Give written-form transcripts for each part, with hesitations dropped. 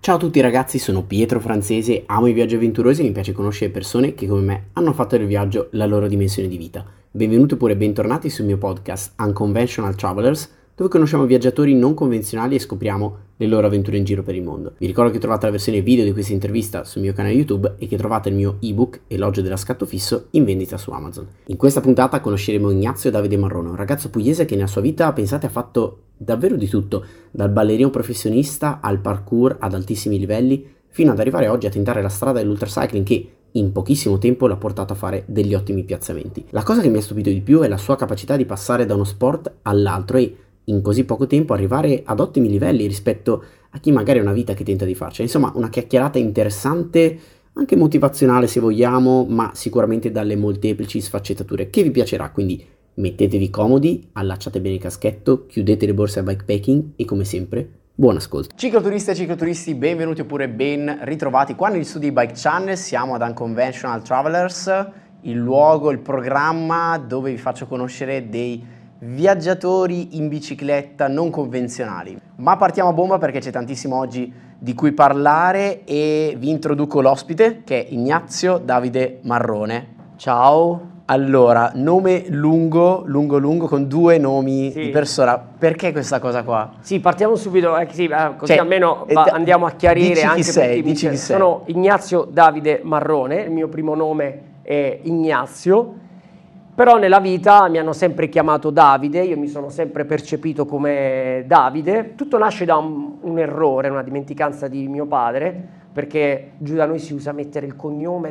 Ciao a tutti ragazzi, sono Pietro Francese, amo i viaggi avventurosi e mi piace conoscere persone che come me hanno fatto del viaggio la loro dimensione di vita. Benvenuti oppure bentornati sul mio podcast Unconventional Travelers, dove conosciamo viaggiatori non convenzionali e scopriamo le loro avventure in giro per il mondo. Vi ricordo che trovate la versione video di questa intervista sul mio canale YouTube e che trovate il mio ebook Elogio della Scatto Fisso in vendita su Amazon. In questa puntata conosceremo Ignazio Davide Marrone, un ragazzo pugliese che nella sua vita, pensate, ha fatto davvero di tutto, dal ballerino professionista al parkour ad altissimi livelli, fino ad arrivare oggi a tentare la strada dell'ultracycling che in pochissimo tempo l'ha portato a fare degli ottimi piazzamenti. La cosa che mi ha stupito di più è la sua capacità di passare da uno sport all'altro e in così poco tempo arrivare ad ottimi livelli rispetto a chi magari ha una vita che tenta di farcela. Insomma, una chiacchierata interessante, anche motivazionale se vogliamo, ma sicuramente dalle molteplici sfaccettature che vi piacerà, quindi mettetevi comodi, allacciate bene il caschetto, chiudete le borse a bikepacking e come sempre buon ascolto. Cicloturiste e cicloturisti, benvenuti oppure ben ritrovati qua negli studi Bike Channel. Siamo ad Unconventional Travelers, il luogo, il programma dove vi faccio conoscere dei viaggiatori in bicicletta non convenzionali. Ma partiamo a bomba perché c'è tantissimo oggi di cui parlare e vi introduco l'ospite che è Ignazio Davide Marrone. Ciao. Allora, nome lungo con due nomi di persona, perché questa cosa qua? Sì, partiamo subito, così almeno andiamo a chiarire. Dici anche chi sei, chi dici chi sei. Sono Ignazio Davide Marrone, il mio primo nome è Ignazio, però nella vita mi hanno sempre chiamato Davide, io mi sono sempre percepito come Davide. Tutto nasce da un errore, una dimenticanza di mio padre, perché giù da noi si usa mettere il cognome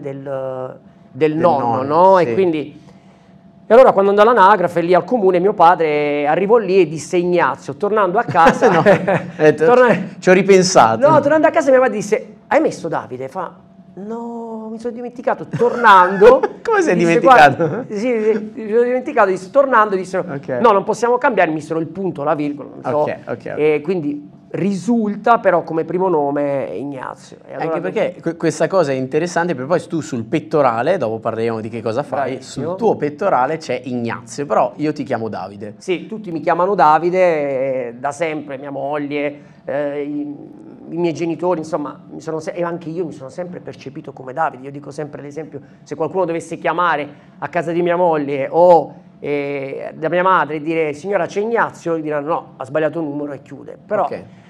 del nonno, no? Sì. E allora quando andò all'anagrafe lì al comune, mio padre arrivò lì e disse Ignazio, tornando a casa... Ci ho ripensato. No, tornando a casa mia madre disse, hai messo Davide? Fa, no, mi sono dimenticato. Tornando... Come sei dimenticato? Sì, mi sono dimenticato. Tornando dissero, Okay. No, non possiamo cambiare, mi sono il punto, la virgola, non so. Ok. E quindi risulta però come primo nome Ignazio. E allora Anche perché questa cosa è interessante, perché poi tu sul pettorale, dopo parleremo di che cosa fai, Bravissimo. sul tuo pettorale c'è Ignazio, però io ti chiamo Davide. Sì, tutti mi chiamano Davide, da sempre, mia moglie, i miei genitori, insomma, e anche io mi sono sempre percepito come Davide. Io dico sempre l'esempio, se qualcuno dovesse chiamare a casa di mia moglie o da mia madre e dire signora c'è Ignazio, diranno no, ha sbagliato il numero e chiude. Però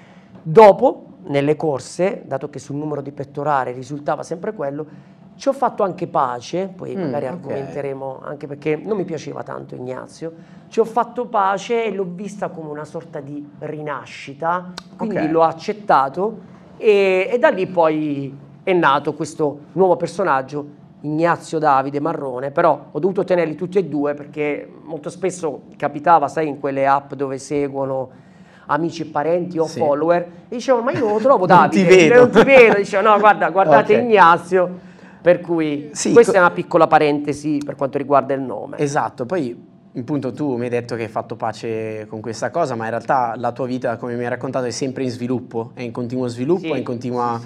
dopo, nelle corse, dato che sul numero di pettorale risultava sempre quello, ci ho fatto anche pace, poi magari argomenteremo, anche perché non mi piaceva tanto Ignazio, ci ho fatto pace e l'ho vista come una sorta di rinascita, quindi l'ho accettato e da lì poi è nato questo nuovo personaggio, Ignazio Davide Marrone. Però ho dovuto tenerli tutti e due perché molto spesso capitava, sai, in quelle app dove seguono amici e parenti o follower, e dicevano ma io non lo trovo Davide, non ti vedo, dicevano no guardate Ignazio. Per cui questa è una piccola parentesi per quanto riguarda il nome. Esatto, poi appunto tu mi hai detto che hai fatto pace con questa cosa, ma in realtà la tua vita, come mi hai raccontato, è sempre in sviluppo, è in continuo sviluppo, è in continua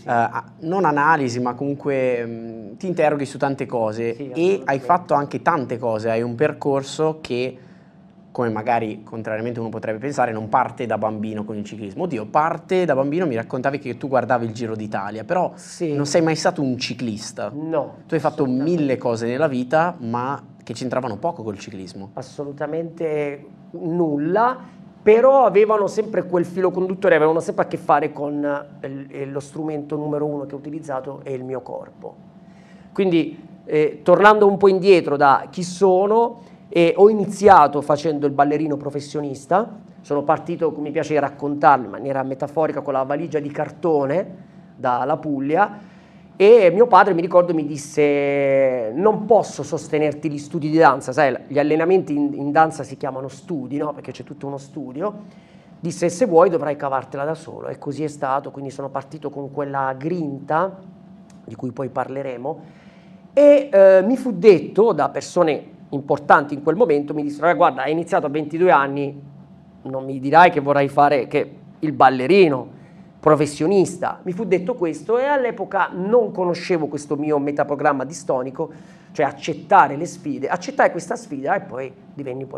non analisi, ma comunque ti interroghi su tante cose e hai fatto anche tante cose, hai un percorso che, come magari contrariamente uno potrebbe pensare, non parte da bambino con il ciclismo. Oddio, parte da bambino, mi raccontavi che tu guardavi il Giro d'Italia, però non sei mai stato un ciclista. No. Tu hai fatto 1000 cose nella vita, ma che c'entravano poco col ciclismo. Assolutamente nulla, però avevano sempre quel filo conduttore, avevano sempre a che fare con lo strumento numero uno che ho utilizzato, è il mio corpo. Quindi, tornando un po' indietro da chi sono, ho iniziato facendo il ballerino professionista, sono partito, mi piace raccontarlo in maniera metaforica, con la valigia di cartone dalla Puglia, e mio padre, mi ricordo, mi disse non posso sostenerti gli studi di danza, sai, gli allenamenti in danza si chiamano studi, no? Perché c'è tutto uno studio. Disse se vuoi dovrai cavartela da solo, e così è stato. Quindi sono partito con quella grinta di cui poi parleremo e mi fu detto da persone importanti in quel momento, mi dissero guarda, hai iniziato a 22 anni, non mi dirai che vorrai fare che il ballerino professionista. Mi fu detto questo e all'epoca non conoscevo questo mio metaprogramma distonico, cioè accettare le sfide, accettare questa sfida, e poi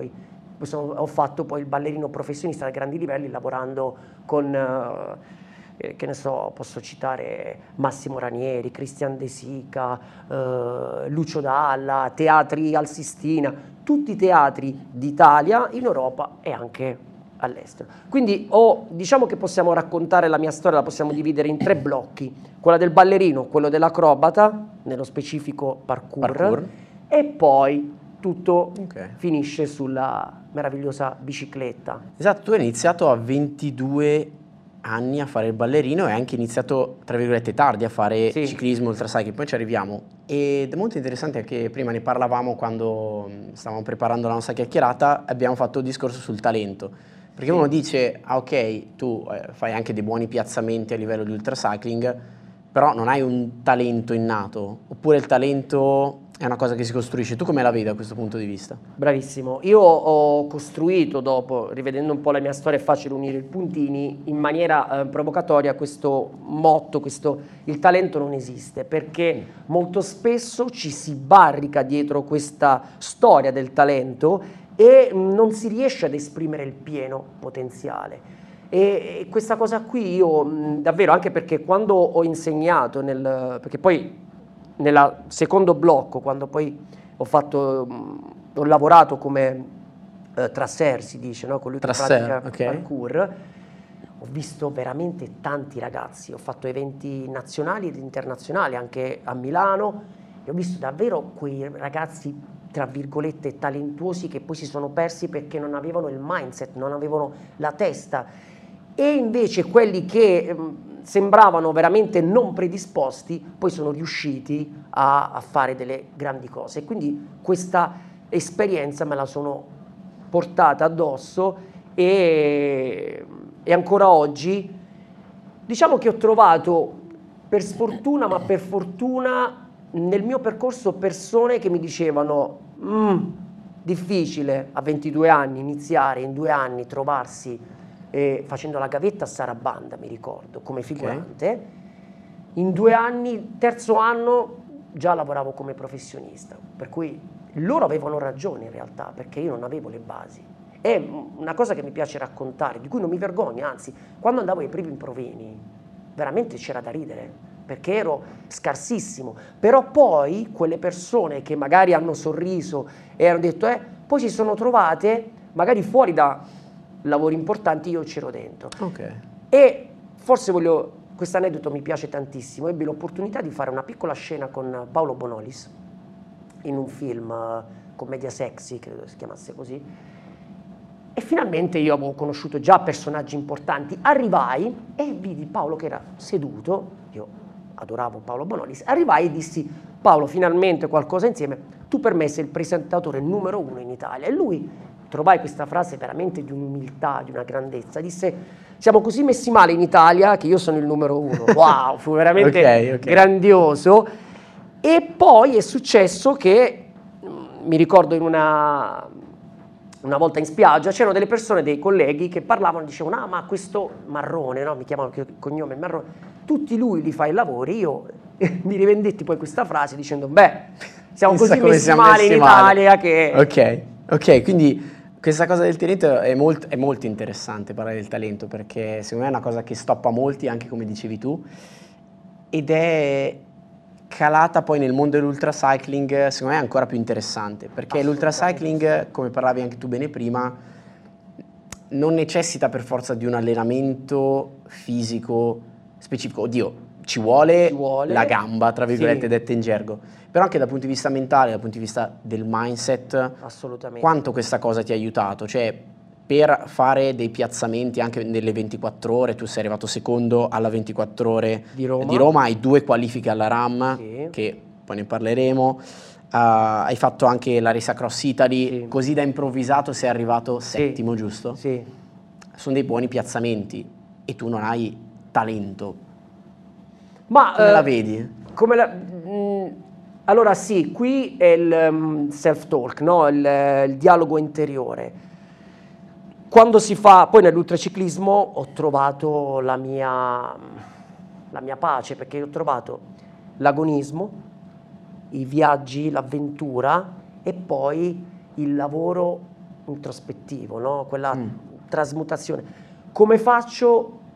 ho fatto poi il ballerino professionista a grandi livelli, lavorando con che ne so, posso citare Massimo Ranieri, Christian De Sica, Lucio Dalla, teatri al Sistina, tutti i teatri d'Italia, in Europa e anche all'estero. Quindi diciamo che possiamo raccontare la mia storia, la possiamo dividere in 3 blocchi, quella del ballerino, quello dell'acrobata, nello specifico parkour. E poi tutto finisce sulla meravigliosa bicicletta. Esatto, tu hai iniziato a 22 anni a fare il ballerino e hai anche iniziato, tra virgolette, tardi a fare ciclismo, ultracycling, poi ci arriviamo. Ed è molto interessante anche, prima ne parlavamo quando stavamo preparando la nostra chiacchierata, abbiamo fatto un discorso sul talento. Perché uno dice, ok, tu fai anche dei buoni piazzamenti a livello di ultracycling, però non hai un talento innato, oppure il talento è una cosa che si costruisce. Tu come la vedi da questo punto di vista? Bravissimo. Io ho costruito, dopo, rivedendo un po' la mia storia, è facile unire i puntini, in maniera provocatoria questo motto, il talento non esiste, perché molto spesso ci si barrica dietro questa storia del talento e non si riesce ad esprimere il pieno potenziale. E questa cosa qui io davvero, anche perché quando ho insegnato, perché poi nel secondo blocco, quando poi ho lavorato come trasser, si dice, no? Colui che pratica parkour, ho visto veramente tanti ragazzi, ho fatto eventi nazionali ed internazionali anche a Milano e ho visto davvero quei ragazzi tra virgolette talentuosi che poi si sono persi perché non avevano il mindset, non avevano la testa, e invece quelli che sembravano veramente non predisposti poi sono riusciti a fare delle grandi cose. Quindi questa esperienza me la sono portata addosso e ancora oggi diciamo che ho trovato, per sfortuna ma per fortuna, nel mio percorso persone che mi dicevano difficile a 22 anni iniziare, in 2 anni trovarsi facendo la gavetta a Sarabanda, mi ricordo, come figurante. In 2 anni, terzo anno, già lavoravo come professionista, per cui loro avevano ragione in realtà, perché io non avevo le basi. È una cosa che mi piace raccontare, di cui non mi vergogno, anzi, quando andavo ai primi provini, veramente c'era da ridere, perché ero scarsissimo. Però poi quelle persone che magari hanno sorriso e hanno detto, poi si sono trovate, magari fuori da lavori importanti, io c'ero dentro. E forse questo aneddoto mi piace tantissimo. Ebbi l'opportunità di fare una piccola scena con Paolo Bonolis in un film, Commedia Sexy, credo si chiamasse così, e finalmente io avevo conosciuto già personaggi importanti. Arrivai e vidi Paolo che era seduto, io adoravo Paolo Bonolis, arrivai e dissi, Paolo, finalmente qualcosa insieme, tu per me sei il presentatore numero 1 in Italia. E lui, trovai questa frase veramente di un'umiltà, di una grandezza, disse, siamo così messi male in Italia che io sono il numero 1. Wow, fu veramente grandioso. E poi è successo che, mi ricordo una volta in spiaggia, c'erano delle persone, dei colleghi che parlavano e dicevano, ma questo Marrone, no? Mi chiamano il cognome Marrone, tutti lui li fa i lavori. Io mi rivendetti poi questa frase dicendo, siamo così messi male in Italia che... Ok, quindi questa cosa del talento è molto interessante, parlare del talento, perché secondo me è una cosa che stoppa molti, anche come dicevi tu, ed è calata poi nel mondo dell'ultracycling, secondo me è ancora più interessante, perché l'ultracycling, come parlavi anche tu bene prima, non necessita per forza di un allenamento fisico specifico. Oddio, ci vuole la gamba, tra virgolette, detta in gergo, però anche dal punto di vista mentale, dal punto di vista del mindset, assolutamente. Quanto questa cosa ti ha aiutato? Cioè, per fare dei piazzamenti anche nelle 24 ore, tu sei arrivato secondo alla 24 ore di Roma, hai 2 qualifiche alla RAM, che poi ne parleremo, hai fatto anche la Race Across Italy, così da improvvisato sei arrivato settimo, giusto? Sì. Sono dei buoni piazzamenti e tu non hai talento. Ma come la vedi? Allora sì, qui è il self-talk, no? Il dialogo interiore. Quando si fa, poi nell'ultraciclismo ho trovato la mia pace, perché ho trovato l'agonismo, i viaggi, l'avventura e poi il lavoro introspettivo, no? Quella trasmutazione. Come faccio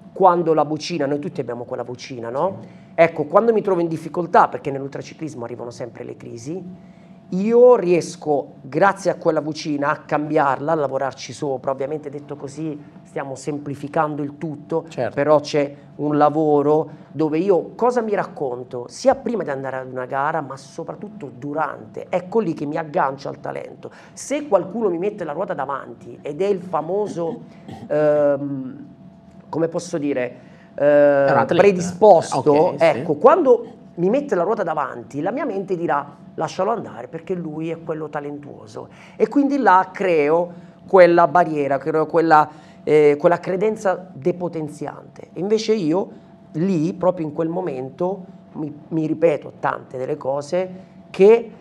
quando la vocina, noi tutti abbiamo quella vocina, no? Ecco, quando mi trovo in difficoltà, perché nell'ultraciclismo arrivano sempre le crisi, io riesco, grazie a quella vocina, a cambiarla, a lavorarci sopra. Ovviamente detto così stiamo semplificando il tutto, Certo. però c'è un lavoro dove io cosa mi racconto, sia prima di andare ad una gara, ma soprattutto durante. Ecco lì che mi aggancio al talento. Se qualcuno mi mette la ruota davanti ed è il famoso, come posso dire, predisposto, Okay, sì. ecco, quando mi mette la ruota davanti, la mia mente dirà lascialo andare perché lui è quello talentuoso, e quindi là creo quella barriera, creo quella credenza depotenziante. Invece io lì, proprio in quel momento, mi ripeto tante delle cose che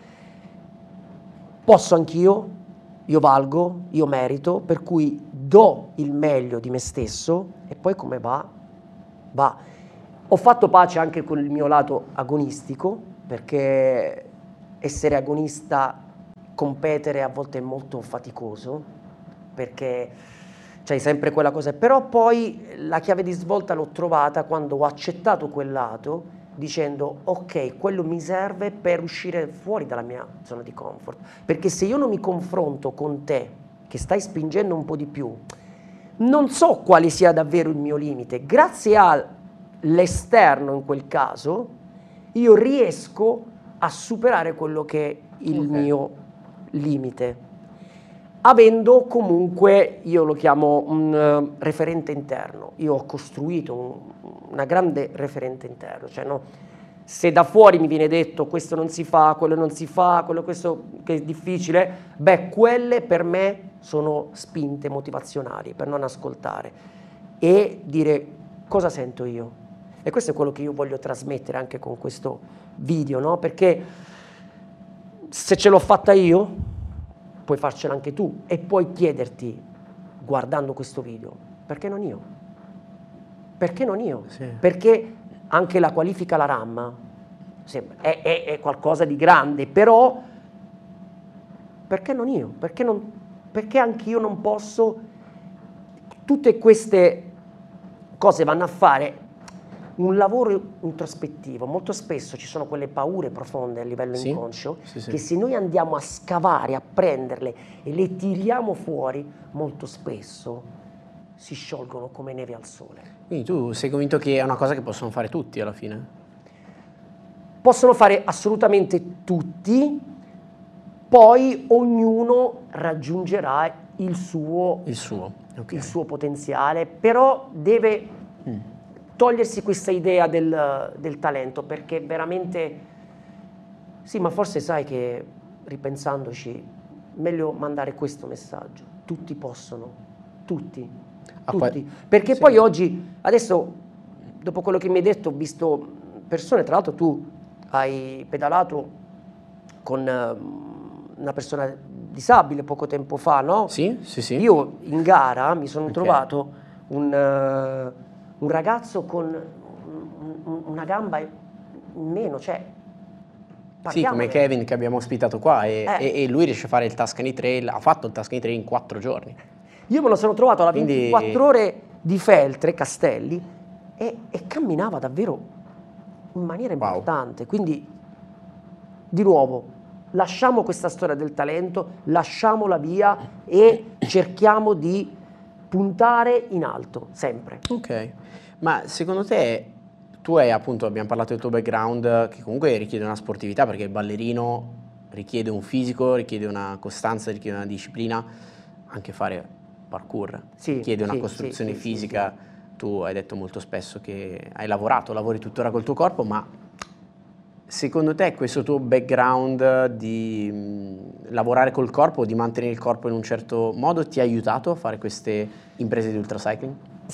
posso anch'io, io valgo, io merito, per cui do il meglio di me stesso e poi come va, va. Ho fatto pace anche con il mio lato agonistico, perché essere agonista, competere a volte è molto faticoso, perché c'hai sempre quella cosa. Però poi la chiave di svolta l'ho trovata quando ho accettato quel lato, dicendo ok, quello mi serve per uscire fuori dalla mia zona di comfort. Perché se io non mi confronto con te, che stai spingendo un po' di più, non so quale sia davvero il mio limite. Grazie all'esterno in quel caso, io riesco a superare quello che è il mio limite, avendo comunque, io lo chiamo un referente interno. Io ho costruito una grande referente interno, cioè no, se da fuori mi viene detto questo non si fa, quello non si fa, questo che è difficile, beh, quelle per me sono spinte motivazionali per non ascoltare e dire cosa sento io. E questo è quello che io voglio trasmettere anche con questo video, no? Perché se ce l'ho fatta io, puoi farcela anche tu e puoi chiederti, guardando questo video, perché non io? Perché non io? Sì. Perché anche la qualifica alla RAM è qualcosa di grande, però perché non io? Perché anche io non posso? Tutte queste cose vanno a fare un lavoro introspettivo. Molto spesso ci sono quelle paure profonde a livello inconscio che se noi andiamo a scavare, a prenderle e le tiriamo fuori, molto spesso si sciolgono come neve al sole. Quindi tu sei convinto che è una cosa che possono fare tutti alla fine? Possono fare assolutamente tutti, poi ognuno raggiungerà il suo potenziale, però deve togliersi questa idea del talento, perché veramente, sì, ma forse sai che, ripensandoci, meglio mandare questo messaggio: tutti possono, tutti, perché poi oggi, adesso, dopo quello che mi hai detto, ho visto persone, tra l'altro tu hai pedalato con una persona disabile poco tempo fa, no? Sì. Io in gara mi sono trovato un ragazzo con una gamba in meno, cioè sì, come Kevin che abbiamo ospitato qua e lui riesce a fare il Tuscany Trail, ha fatto il Tuscany Trail in 4 giorni. Io me lo sono trovato alla 24 ore di Feltre, Castelli, e camminava davvero in maniera importante. Quindi, di nuovo, lasciamo questa storia del talento, lasciamola via e cerchiamo di puntare in alto, sempre. Ok, ma secondo te, tu hai appunto, abbiamo parlato del tuo background che comunque richiede una sportività, perché il ballerino richiede un fisico, richiede una costanza, richiede una disciplina, anche fare parkour richiede una costruzione fisica. Tu hai detto molto spesso che lavori tuttora col tuo corpo, ma secondo te questo tuo background di lavorare col corpo, di mantenere il corpo in un certo modo, ti ha aiutato a fare queste imprese di ultracycling?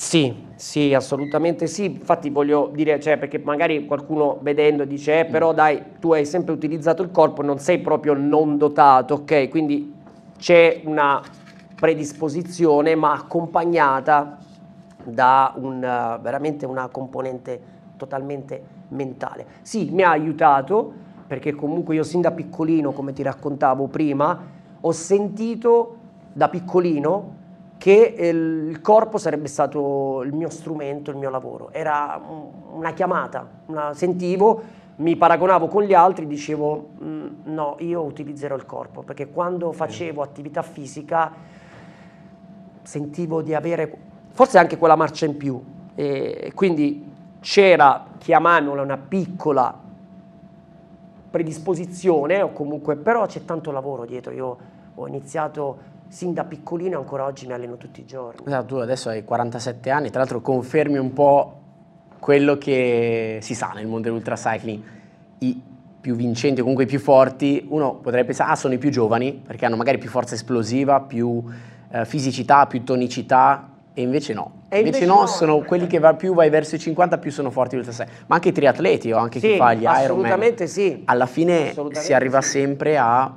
Sì, assolutamente sì. Infatti voglio dire, cioè, perché magari qualcuno vedendo dice però dai, tu hai sempre utilizzato il corpo, non sei proprio non dotato, ok? Quindi c'è una predisposizione, ma accompagnata da veramente una componente totalmente mentale. Sì, mi ha aiutato, perché comunque io sin da piccolino, come ti raccontavo prima, ho sentito da piccolino che il corpo sarebbe stato il mio strumento, il mio lavoro. Era una chiamata, sentivo, mi paragonavo con gli altri, dicevo no, io utilizzerò il corpo, perché quando facevo attività fisica sentivo di avere forse anche quella marcia in più, e quindi c'era, chiamiamola, una piccola predisposizione, o comunque, però c'è tanto lavoro dietro. Io ho iniziato sin da piccolino e ancora oggi mi alleno tutti i giorni. Esatto, tu adesso hai 47 anni, tra l'altro confermi un po' quello che si sa nel mondo dell'ultracycling. I più vincenti o comunque i più forti, uno potrebbe pensare, sono i più giovani, perché hanno magari più forza esplosiva, più fisicità, più tonicità, e invece no. Invece no, sono quelli che vai verso i 50, più sono forti dell'ultracycling. Ma anche i triatleti o anche chi fa gli Ironman. Assolutamente sì. Alla fine si arriva sempre a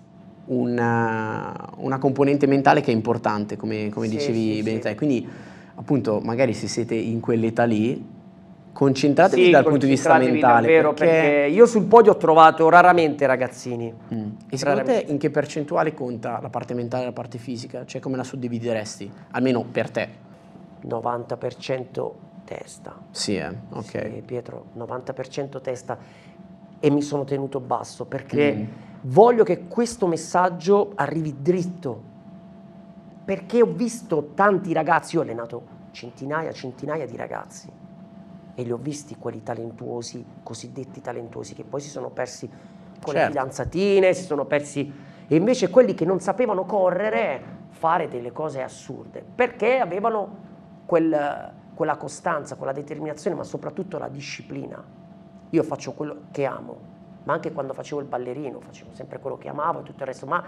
una componente mentale che è importante, come dicevi bene te. Quindi appunto magari se siete in quell'età lì, concentratevi dal punto di vista mentale, davvero, perché io sul podio ho trovato raramente ragazzini. E secondo te in che percentuale conta la parte mentale e la parte fisica? Cioè come la suddivideresti? Almeno per te. 90% testa. Sì, ok. Sì, Pietro, 90% testa, e mi sono tenuto basso perché voglio che questo messaggio arrivi dritto, perché ho visto tanti ragazzi, io ho allenato centinaia di ragazzi e li ho visti quelli talentuosi, cosiddetti talentuosi, che poi si sono persi con le fidanzatine, si sono persi, e invece quelli che non sapevano correre fare delle cose assurde, perché avevano quella costanza, quella determinazione, ma soprattutto la disciplina. Io faccio quello che amo, ma anche quando facevo il ballerino facevo sempre quello che amavo e tutto il resto, ma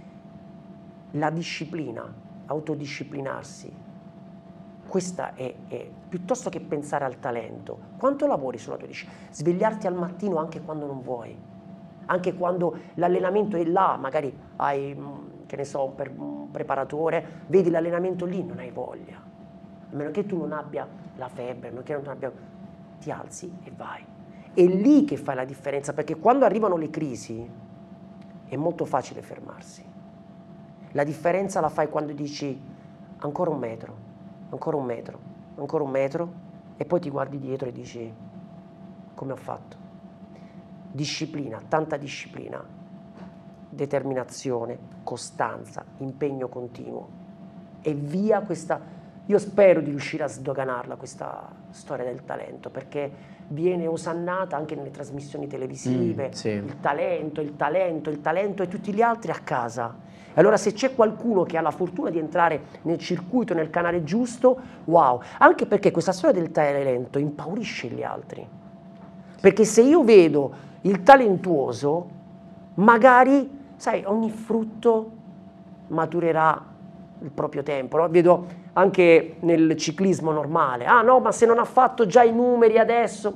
la disciplina, autodisciplinarsi, questa è piuttosto che pensare al talento. Quanto lavori sulla tua disciplina? Svegliarti al mattino anche quando non vuoi, anche quando l'allenamento è là, magari hai, che ne so, un preparatore, vedi l'allenamento lì, non hai voglia, a meno che tu non abbia la febbre, a meno che non abbia, ti alzi e vai. È lì che fai la differenza, perché quando arrivano le crisi è molto facile fermarsi. La differenza la fai quando dici ancora un metro, ancora un metro, ancora un metro, e poi ti guardi dietro e dici come ho fatto. Disciplina, tanta disciplina, determinazione, costanza, impegno continuo, e via questa. Io spero di riuscire a sdoganarla questa storia del talento, perché viene osannata anche nelle trasmissioni televisive, il talento, e tutti gli altri a casa. E allora se c'è qualcuno che ha la fortuna di entrare nel circuito, nel canale giusto, wow, anche perché questa storia del talento impaurisce gli altri. Perché se io vedo il talentuoso, magari, sai, ogni frutto maturerà il proprio tempo, no? Vedo anche nel ciclismo normale, ah no, ma se non ha fatto già i numeri adesso,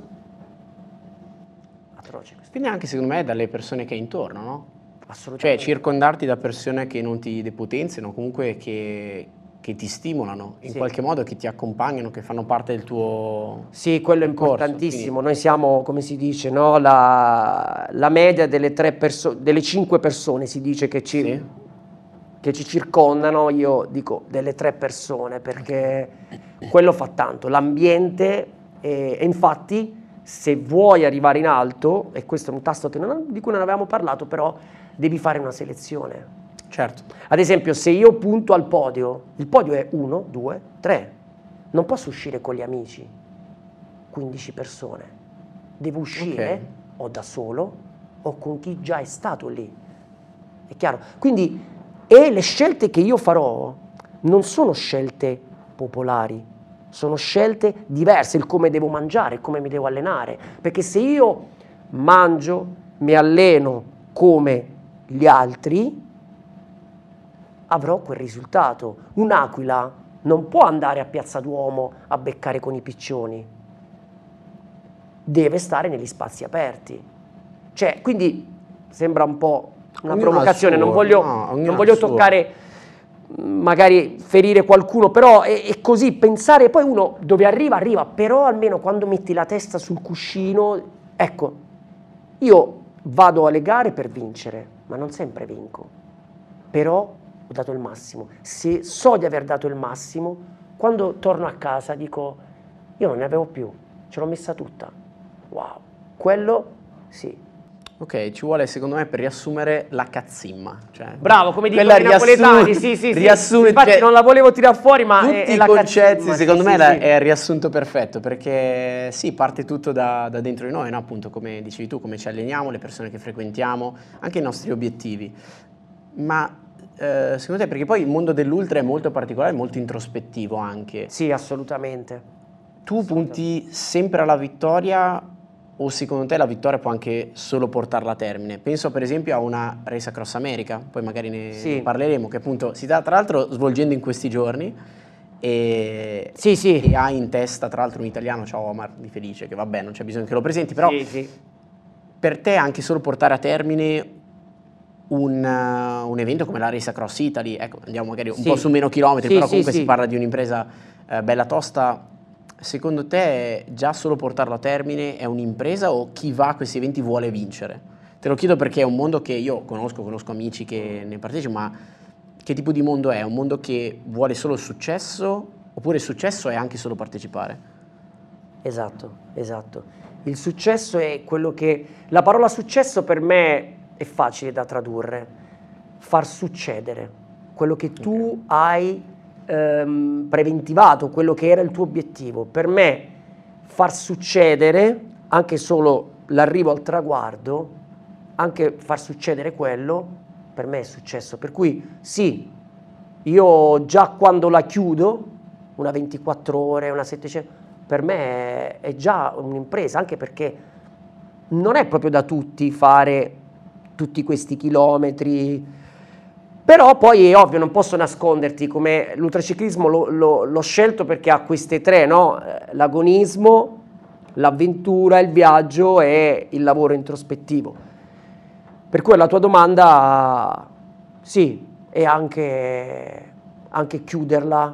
atroce questo. Quindi anche secondo me dalle persone che hai intorno, no? Assolutamente. Cioè circondarti da persone che non ti depotenziano, comunque che ti stimolano in qualche modo, che ti accompagnano, che fanno parte del tuo Sì, quello è importantissimo. Quindi noi siamo, come si dice, no? La media delle 5 persone si dice che ci circondano, io dico delle 3 persone, perché quello fa tanto, l'ambiente, e infatti se vuoi arrivare in alto, e questo è un tasto di cui non avevamo parlato, però devi fare una selezione. Certo. Ad esempio, se io punto al podio, il podio è 1, 2, 3, non posso uscire con gli amici, 15 persone, devo uscire o da solo o con chi già è stato lì, è chiaro? Quindi, e le scelte che io farò non sono scelte popolari, sono scelte diverse, il come devo mangiare, il come mi devo allenare, perché se io mangio, mi alleno come gli altri, avrò quel risultato. Un'aquila non può andare a Piazza Duomo a beccare con i piccioni, deve stare negli spazi aperti. Cioè, quindi sembra un po' una provocazione, non voglio toccare, magari ferire qualcuno, però è così, pensare, poi uno dove arriva, però almeno quando metti la testa sul cuscino, ecco, io vado alle gare per vincere, ma non sempre vinco, però ho dato il massimo. Se so di aver dato il massimo, quando torno a casa dico, io non ne avevo più, ce l'ho messa tutta. Wow, quello sì. Ok, ci vuole secondo me per riassumere la cazzimma. Cioè, Bravo, come dicono i napoletani, sì. Infatti cioè, non la volevo tirare fuori, ma tutti è i la concetti, cazzimma, secondo me sì. è il riassunto perfetto, perché sì, parte tutto da dentro di noi, no? Appunto, come dicevi tu, come ci alleniamo, le persone che frequentiamo, anche i nostri obiettivi. Ma secondo te, perché poi il mondo dell'ultra è molto particolare, molto introspettivo anche. Sì, assolutamente. Tu punti sempre alla vittoria o secondo te la vittoria può anche solo portarla a termine? Penso per esempio a una Race Across America, poi magari ne parleremo, che appunto si sta tra l'altro svolgendo in questi giorni e ha in testa tra l'altro un italiano, ciao Omar Di Felice, che vabbè non c'è bisogno che lo presenti, però per te anche solo portare a termine un evento come la Race Across Italy, ecco, andiamo magari un po' su meno chilometri, però comunque si parla di un'impresa bella tosta. Secondo te già solo portarlo a termine è un'impresa o chi va a questi eventi vuole vincere? Te lo chiedo perché è un mondo che io conosco amici che ne partecipano, ma che tipo di mondo è? Un mondo che vuole solo il successo oppure il successo è anche solo partecipare? Esatto. Il successo è quello che... La parola successo per me è facile da tradurre. Far succedere quello che tu hai preventivato, quello che era il tuo obiettivo. Per me far succedere anche solo l'arrivo al traguardo, anche far succedere quello, per me è successo. Per cui sì, io già quando la chiudo, una 24 ore, una 700, per me è già un'impresa, anche perché non è proprio da tutti fare tutti questi chilometri. Però poi è ovvio, non posso nasconderti come l'ultraciclismo l'ho scelto perché ha queste tre, no? L'agonismo, l'avventura, il viaggio e il lavoro introspettivo. Per cui la tua domanda, sì, e anche chiuderla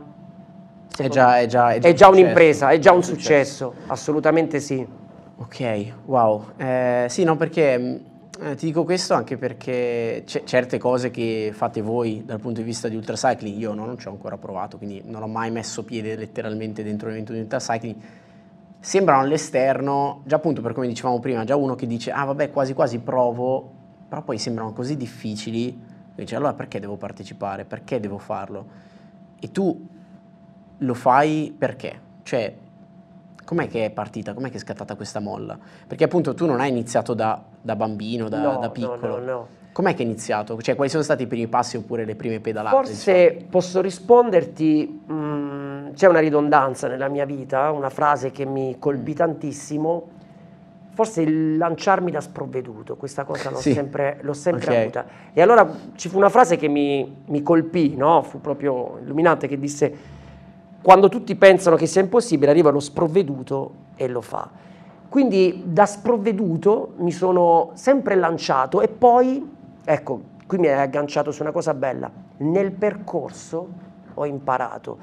è già un'impresa, è già un successo, assolutamente sì. Ok, wow. Sì, no, perché... ti dico questo anche perché certe cose che fate voi dal punto di vista di ultracycling, io non ci ho ancora provato, quindi non ho mai messo piede letteralmente dentro un evento di ultracycling, sembrano all'esterno, già appunto per come dicevamo prima, già uno che dice ah vabbè quasi quasi provo, però poi sembrano così difficili, e dice allora perché devo partecipare, perché devo farlo? E tu lo fai perché? Cioè, com'è che è partita? Com'è che è scattata questa molla? Perché appunto tu non hai iniziato da bambino, da piccolo. No. Com'è che è iniziato? Cioè, quali sono stati i primi passi oppure le prime pedalate? Forse posso risponderti, c'è una ridondanza nella mia vita, una frase che mi colpì tantissimo, forse il lanciarmi da sprovveduto, questa cosa l'ho sempre avuta. E allora ci fu una frase che mi colpì, no? Fu proprio illuminante, che disse: quando tutti pensano che sia impossibile, arriva lo sprovveduto e lo fa. Quindi da sprovveduto mi sono sempre lanciato e poi, ecco, qui mi hai agganciato su una cosa bella, nel percorso ho imparato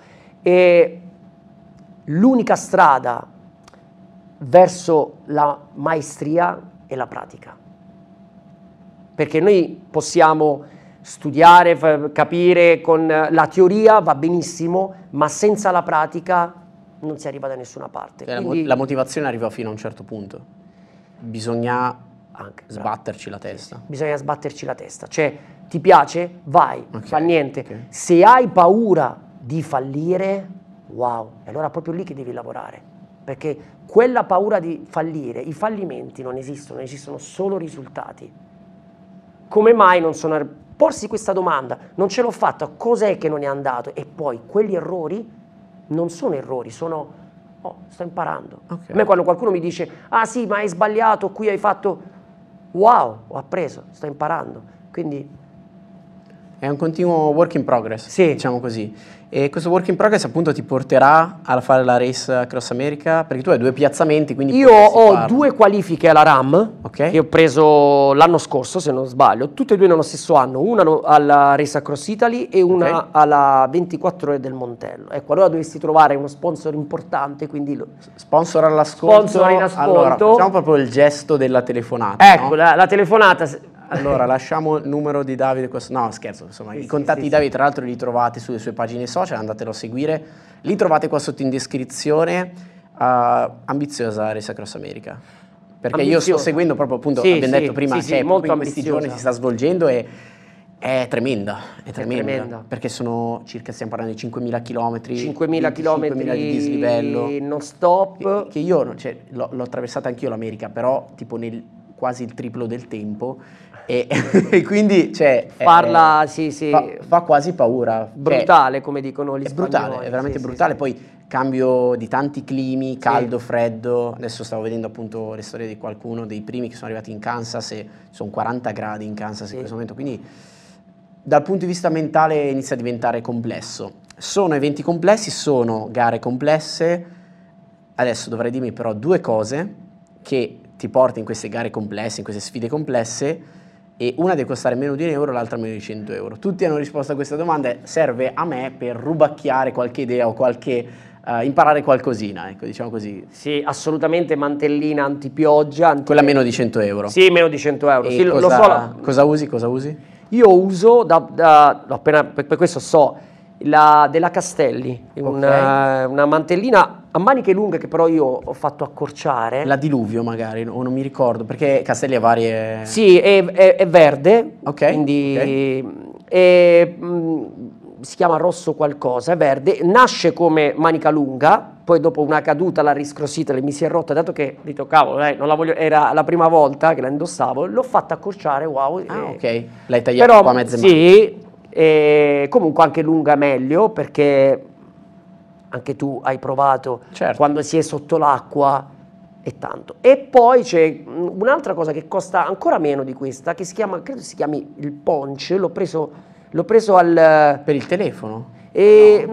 e l'unica strada verso la maestria è la pratica. Perché noi possiamo studiare, capire con la teoria va benissimo, ma senza la pratica non si arriva da nessuna parte. Quindi, la motivazione arriva fino a un certo punto. Bisogna anche sbatterci la testa. Sì, bisogna sbatterci la testa. Cioè, ti piace? Vai, fa niente. Se hai paura di fallire, wow, è allora proprio lì che devi lavorare. Perché quella paura di fallire, i fallimenti non esistono solo risultati. Come mai non sono... Porsi questa domanda, non ce l'ho fatta, cos'è che non è andato? E poi quegli errori non sono errori, sto imparando. A me quando qualcuno mi dice, ah sì, ma hai sbagliato, qui hai fatto, wow, ho appreso, sto imparando. Quindi è un continuo work in progress, diciamo così. E questo work in progress appunto ti porterà a fare la Race Across America, perché tu hai 2 piazzamenti, quindi io ho 2 qualifiche alla RAM, che ho preso l'anno scorso se non sbaglio, tutte e 2 nello stesso anno, una alla Race Across Italy e una alla 24 ore del Montello. Ecco, allora dovresti trovare uno sponsor importante, quindi... Sponsor all'ascolto. Allora, facciamo proprio il gesto della telefonata. Ecco, no? la telefonata... Allora, lasciamo il numero di Davide. No, scherzo, insomma, i contatti di Davide, tra l'altro, li trovate sulle sue pagine social, andatelo a seguire. Li trovate qua sotto in descrizione. Ambiziosa Race Across America. Perché io sto seguendo proprio, appunto, abbiamo detto prima, che molto in questi giorni si sta svolgendo e è tremenda, perché sono circa, stiamo parlando di 5.000 chilometri, 5.000 chilometri di dislivello, non stop. Che io, cioè, l'ho attraversata anch'io l'America, però tipo nel quasi il triplo del tempo e quindi, cioè, farla, fa quasi paura. Brutale, cioè, come dicono gli spagnoli. Brutale, è veramente brutale. Poi cambio di tanti climi, caldo, freddo. Adesso stavo vedendo appunto le storie di qualcuno dei primi che sono arrivati in Kansas e sono 40 gradi in Kansas in questo momento, quindi dal punto di vista mentale inizia a diventare complesso. Sono eventi complessi, sono gare complesse. Adesso dovrei dirmi però due cose che ti porta in queste gare complesse, in queste sfide complesse, e una deve costare meno di €1, l'altra meno di €100. Tutti hanno risposto a questa domanda, serve a me per rubacchiare qualche idea o imparare qualcosina, ecco, diciamo così. Sì, assolutamente, mantellina antipioggia. Quella meno di €100. Sì, meno di €100. Sì, cosa usi? Io uso, per questo so, della Castelli, una mantellina a maniche lunghe che però io ho fatto accorciare. La Diluvio magari, o non mi ricordo, perché Castelli ha varie... Sì, è verde, quindi si chiama rosso qualcosa, è verde, nasce come manica lunga, poi dopo una caduta l'ha riscrossita, mi si è rotta, dato che ho detto cavolo, non la voglio, era la prima volta che la indossavo, l'ho fatta accorciare, wow. Ok, l'hai tagliata qua a mezze mani. Sì, e comunque anche lunga meglio, perché anche tu hai provato, certo, quando si è sotto l'acqua è tanto. E poi c'è un'altra cosa che costa ancora meno di questa, che si chiama, credo si chiami il Ponch, l'ho preso per il telefono. È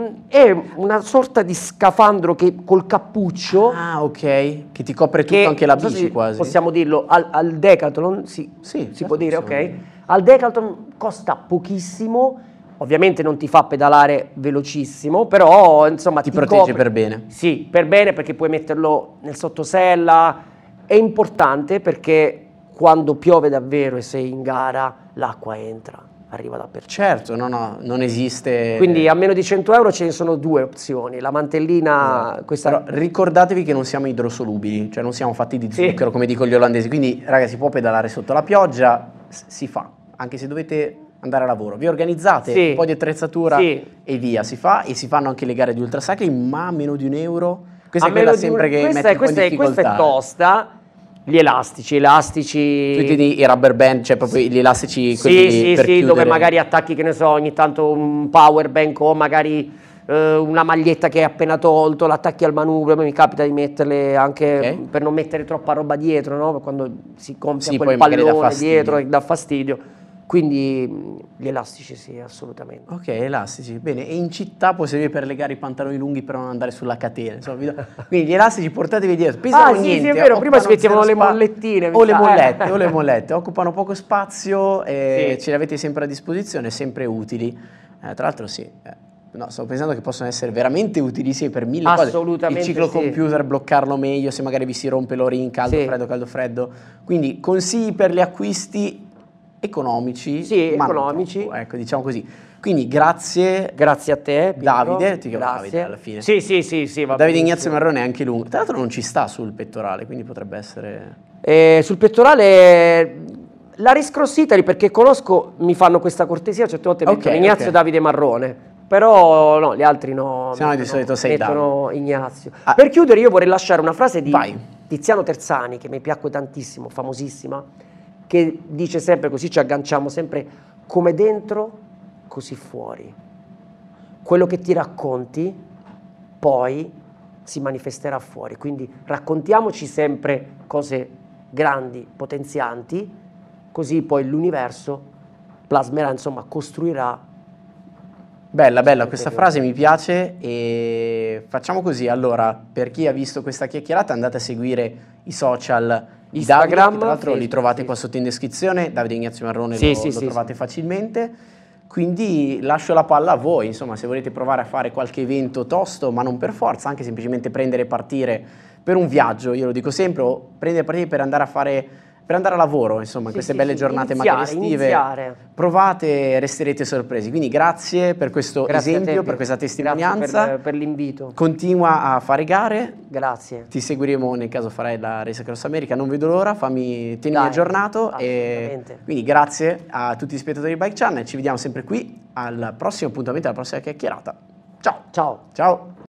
una sorta di scafandro col cappuccio. Ah, ok, che ti copre tutto, anche la bici quasi. Possiamo dirlo, al Decathlon, si può dire, ok. Al Decathlon costa pochissimo, ovviamente non ti fa pedalare velocissimo, però insomma ti protegge per bene. Sì, per bene, perché puoi metterlo nel sottosella. È importante perché quando piove davvero e sei in gara, l'acqua entra, arriva dappertutto. Certo, no, non esiste. Quindi a meno di €100 ce ne sono due opzioni. La mantellina, questa... Però ricordatevi che non siamo idrosolubili, cioè non siamo fatti di zucchero, come dicono gli olandesi. Quindi, ragazzi, si può pedalare sotto la pioggia, si fa, anche se dovete andare a lavoro. Vi organizzate un po' di attrezzatura e via, si fa, e si fanno anche le gare di ultracycling, ma a meno di €1. Questa è quella sempre che mette un po' in difficoltà. Questa è tosta. Gli elastici. Tu tieni i rubber band, cioè proprio gli elastici, quelli per chiudere. Dove magari attacchi, che ne so, ogni tanto un power bank o magari una maglietta che hai appena tolto, l'attacchi al manubrio. Mi capita di metterle anche per non mettere troppa roba dietro, no? Quando si gonfia quel pallone dietro e dà fastidio. Quindi gli elastici, sì, assolutamente. Ok, elastici, bene. E in città può servire per legare i pantaloni lunghi per non andare sulla catena. Insomma, quindi gli elastici portatevi dietro. Pesano niente, sì, è vero, prima si mettevano le mollettine. O le mollette, occupano poco spazio e ce le avete sempre a disposizione, sempre utili. Tra l'altro stavo pensando che possono essere veramente utilissimi per mille cose. Assolutamente. Il ciclo computer, bloccarlo meglio se magari vi si rompe l'orin, caldo freddo. Quindi consigli per gli acquisti economici, ma economici, troppo, ecco, diciamo così. Quindi grazie a te, Pietro. Davide, ti chiamo Davide alla fine. Sì, Davide Ignazio Marrone è anche lungo. Tra l'altro non ci sta sul pettorale, quindi potrebbe essere... Sul pettorale la Race Cross Italy, perché conosco, mi fanno questa cortesia, certe volte mettono Ignazio Davide Marrone, però no, gli altri no. Se no di solito sei mettono Ignazio. Per chiudere io vorrei lasciare una frase di Tiziano Terzani, che mi piacque tantissimo, famosissima, che dice sempre, così ci agganciamo sempre: come dentro, così fuori. Quello che ti racconti poi si manifesterà fuori, quindi raccontiamoci sempre cose grandi, potenzianti, così poi l'universo plasmerà, insomma, costruirà. Bella, questa frase mi piace, e facciamo così. Allora, per chi ha visto questa chiacchierata, andate a seguire i social Instagram, Davide, che tra l'altro li trovate qua sotto in descrizione. Davide Ignazio Marrone lo trovate facilmente. Quindi lascio la palla a voi, insomma, se volete provare a fare qualche evento tosto, ma non per forza, anche semplicemente prendere e partire per un viaggio, io lo dico sempre, o prendere e partire per andare a fare per andare a lavoro, insomma, in queste belle giornate magari estive. Provate, resterete sorpresi. Quindi grazie per questo esempio, per questa testimonianza. Grazie per l'invito. Continua a fare gare. Grazie. Ti seguiremo nel caso farai la Race Across America, non vedo l'ora, tienimi aggiornato. E quindi grazie a tutti gli spettatori di Bike Channel, ci vediamo sempre qui al prossimo appuntamento, alla prossima chiacchierata. Ciao! Ciao! Ciao!